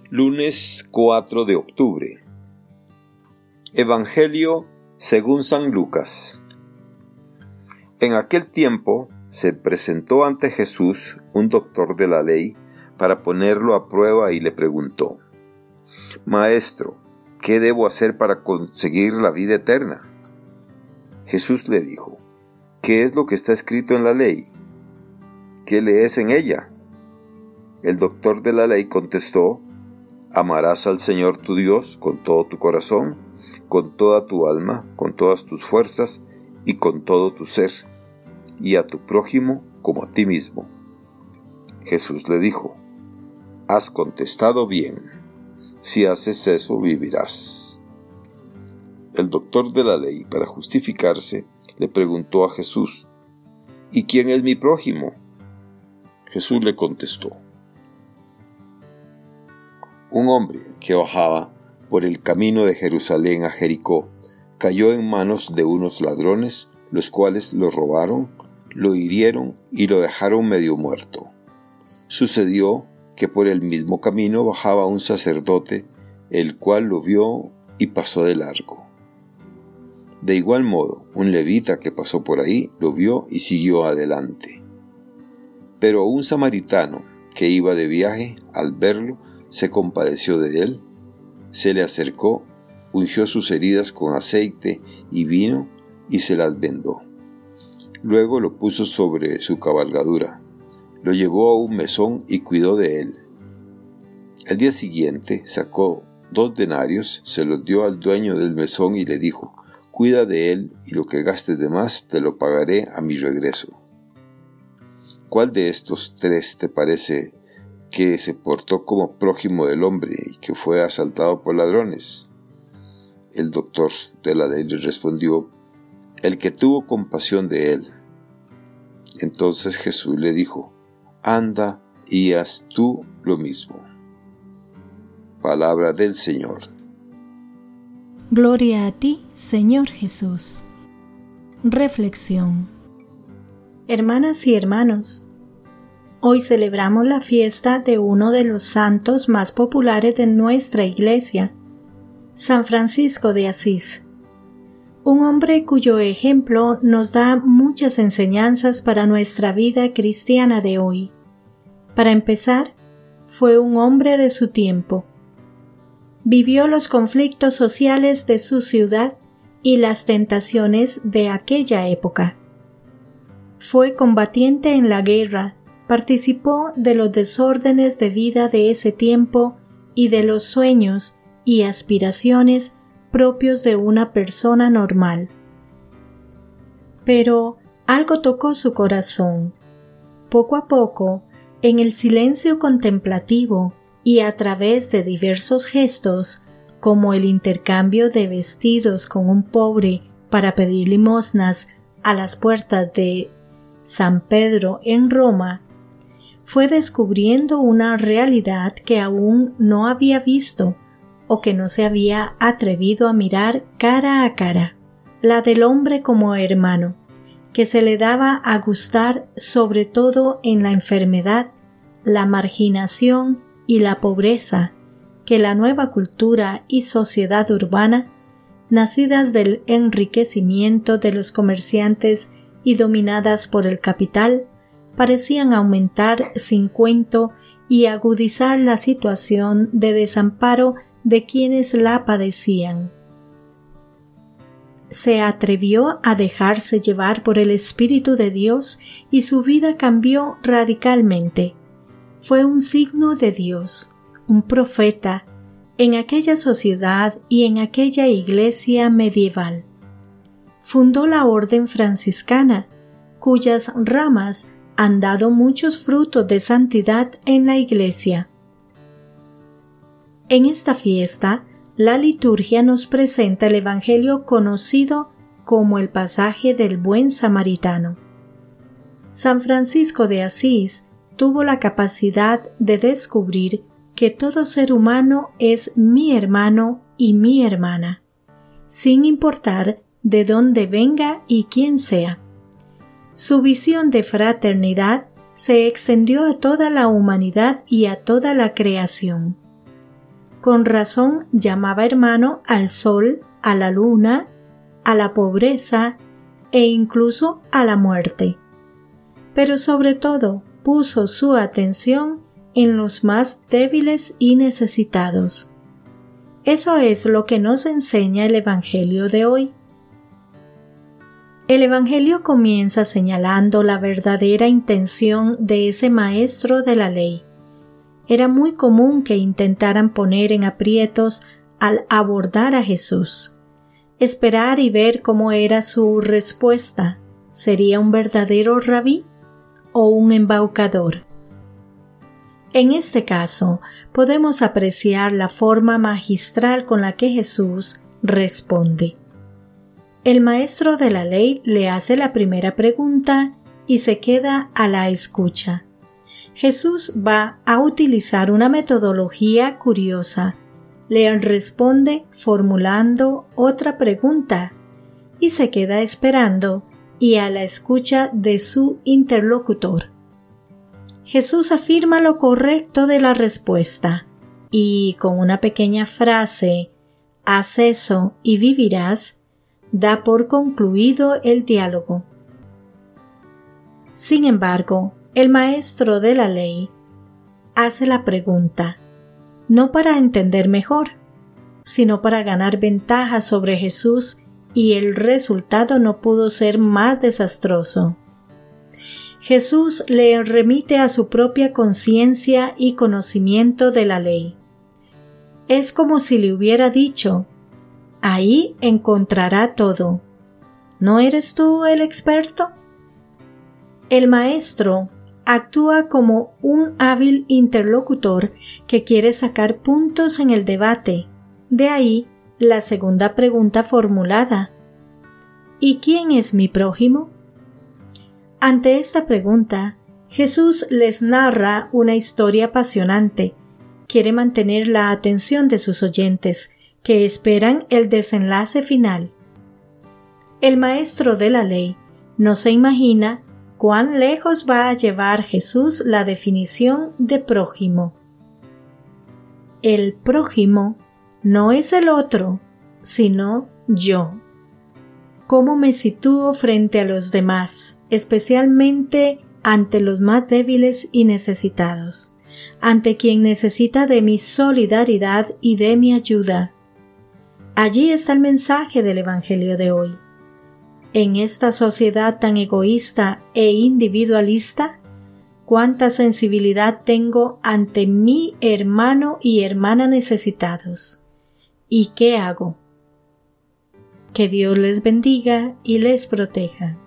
Lunes 4 de octubre. Evangelio según San Lucas. En aquel tiempo se presentó ante Jesús un doctor de la ley para ponerlo a prueba y le preguntó: Maestro, ¿qué debo hacer para conseguir la vida eterna? Jesús le dijo: ¿Qué es lo que está escrito en la ley? ¿Qué lees en ella? El doctor de la ley contestó: Amarás al Señor tu Dios con todo tu corazón, con toda tu alma, con todas tus fuerzas y con todo tu ser, y a tu prójimo como a ti mismo. Jesús le dijo: Has contestado bien. Si haces eso, vivirás. El doctor de la ley, para justificarse, le preguntó a Jesús: ¿Y quién es mi prójimo? Jesús le contestó: Un hombre que bajaba por el camino de Jerusalén a Jericó cayó en manos de unos ladrones, los cuales lo robaron, lo hirieron y lo dejaron medio muerto. Sucedió que por el mismo camino bajaba un sacerdote, el cual lo vio y pasó de largo. De igual modo, un levita que pasó por ahí lo vio y siguió adelante. Pero un samaritano que iba de viaje, al verlo, se compadeció de él, se le acercó, ungió sus heridas con aceite y vino y se las vendó. Luego lo puso sobre su cabalgadura, lo llevó a un mesón y cuidó de él. El día siguiente sacó 2 denarios, se los dio al dueño del mesón y le dijo: Cuida de él y lo que gastes de más te lo pagaré a mi regreso. ¿Cuál de estos 3 te parece que se portó como prójimo del hombre y que fue asaltado por ladrones? El doctor de la ley le respondió: El que tuvo compasión de él. Entonces Jesús le dijo: Anda y haz tú lo mismo. Palabra del Señor. Gloria a ti, Señor Jesús. Reflexión. Hermanas y hermanos, hoy celebramos la fiesta de uno de los santos más populares de nuestra Iglesia, San Francisco de Asís, un hombre cuyo ejemplo nos da muchas enseñanzas para nuestra vida cristiana de hoy. Para empezar, fue un hombre de su tiempo. Vivió los conflictos sociales de su ciudad y las tentaciones de aquella época. Fue combatiente en la guerra, participó de los desórdenes de vida de ese tiempo y de los sueños y aspiraciones propios de una persona normal. Pero algo tocó su corazón. Poco a poco, en el silencio contemplativo y a través de diversos gestos, como el intercambio de vestidos con un pobre para pedir limosnas a las puertas de San Pedro en Roma, fue descubriendo una realidad que aún no había visto o que no se había atrevido a mirar cara a cara, la del hombre como hermano, que se le daba a gustar sobre todo en la enfermedad, la marginación y la pobreza que la nueva cultura y sociedad urbana, nacidas del enriquecimiento de los comerciantes y dominadas por el capital, parecían aumentar sin cuento y agudizar la situación de desamparo de quienes la padecían. Se atrevió a dejarse llevar por el Espíritu de Dios y su vida cambió radicalmente. Fue un signo de Dios, un profeta, en aquella sociedad y en aquella iglesia medieval. Fundó la orden franciscana, cuyas ramas han dado muchos frutos de santidad en la iglesia. En esta fiesta, la liturgia nos presenta el Evangelio conocido como el pasaje del buen samaritano. San Francisco de Asís tuvo la capacidad de descubrir que todo ser humano es mi hermano y mi hermana, sin importar de dónde venga y quién sea. Su visión de fraternidad se extendió a toda la humanidad y a toda la creación. con razón llamaba hermano al sol, a la luna, a la pobreza e incluso a la muerte. Pero sobre todo puso su atención en los más débiles y necesitados. Eso es lo que nos enseña el Evangelio de hoy. El Evangelio comienza señalando la verdadera intención de ese maestro de la ley. Era muy común que intentaran poner en aprietos al abordar a Jesús. Esperar y ver cómo era su respuesta. ¿Sería un verdadero rabí o un embaucador? En este caso, podemos apreciar la forma magistral con la que Jesús responde. El maestro de la ley le hace la primera pregunta y se queda a la escucha. Jesús va a utilizar una metodología curiosa. Le responde formulando otra pregunta y se queda esperando y a la escucha de su interlocutor. Jesús afirma lo correcto de la respuesta y con una pequeña frase, haz eso y vivirás, da por concluido el diálogo. Sin embargo, el maestro de la ley hace la pregunta, no para entender mejor, sino para ganar ventaja sobre Jesús, y el resultado no pudo ser más desastroso. Jesús le remite a su propia conciencia y conocimiento de la ley. Es como si le hubiera dicho, ahí encontrará todo. ¿No eres tú el experto? El maestro actúa como un hábil interlocutor que quiere sacar puntos en el debate. De ahí la segunda pregunta formulada. ¿Y quién es mi prójimo? Ante esta pregunta, Jesús les narra una historia apasionante. Quiere mantener la atención de sus oyentes, que esperan el desenlace final. El maestro de la ley no se imagina cuán lejos va a llevar Jesús la definición de prójimo. El prójimo no es el otro, sino yo. ¿Cómo me sitúo frente a los demás, especialmente ante los más débiles y necesitados, ante quien necesita de mi solidaridad y de mi ayuda? Allí está el mensaje del Evangelio de hoy. En esta sociedad tan egoísta e individualista, ¿cuánta sensibilidad tengo ante mi hermano y hermana necesitados? ¿Y qué hago? Que Dios les bendiga y les proteja.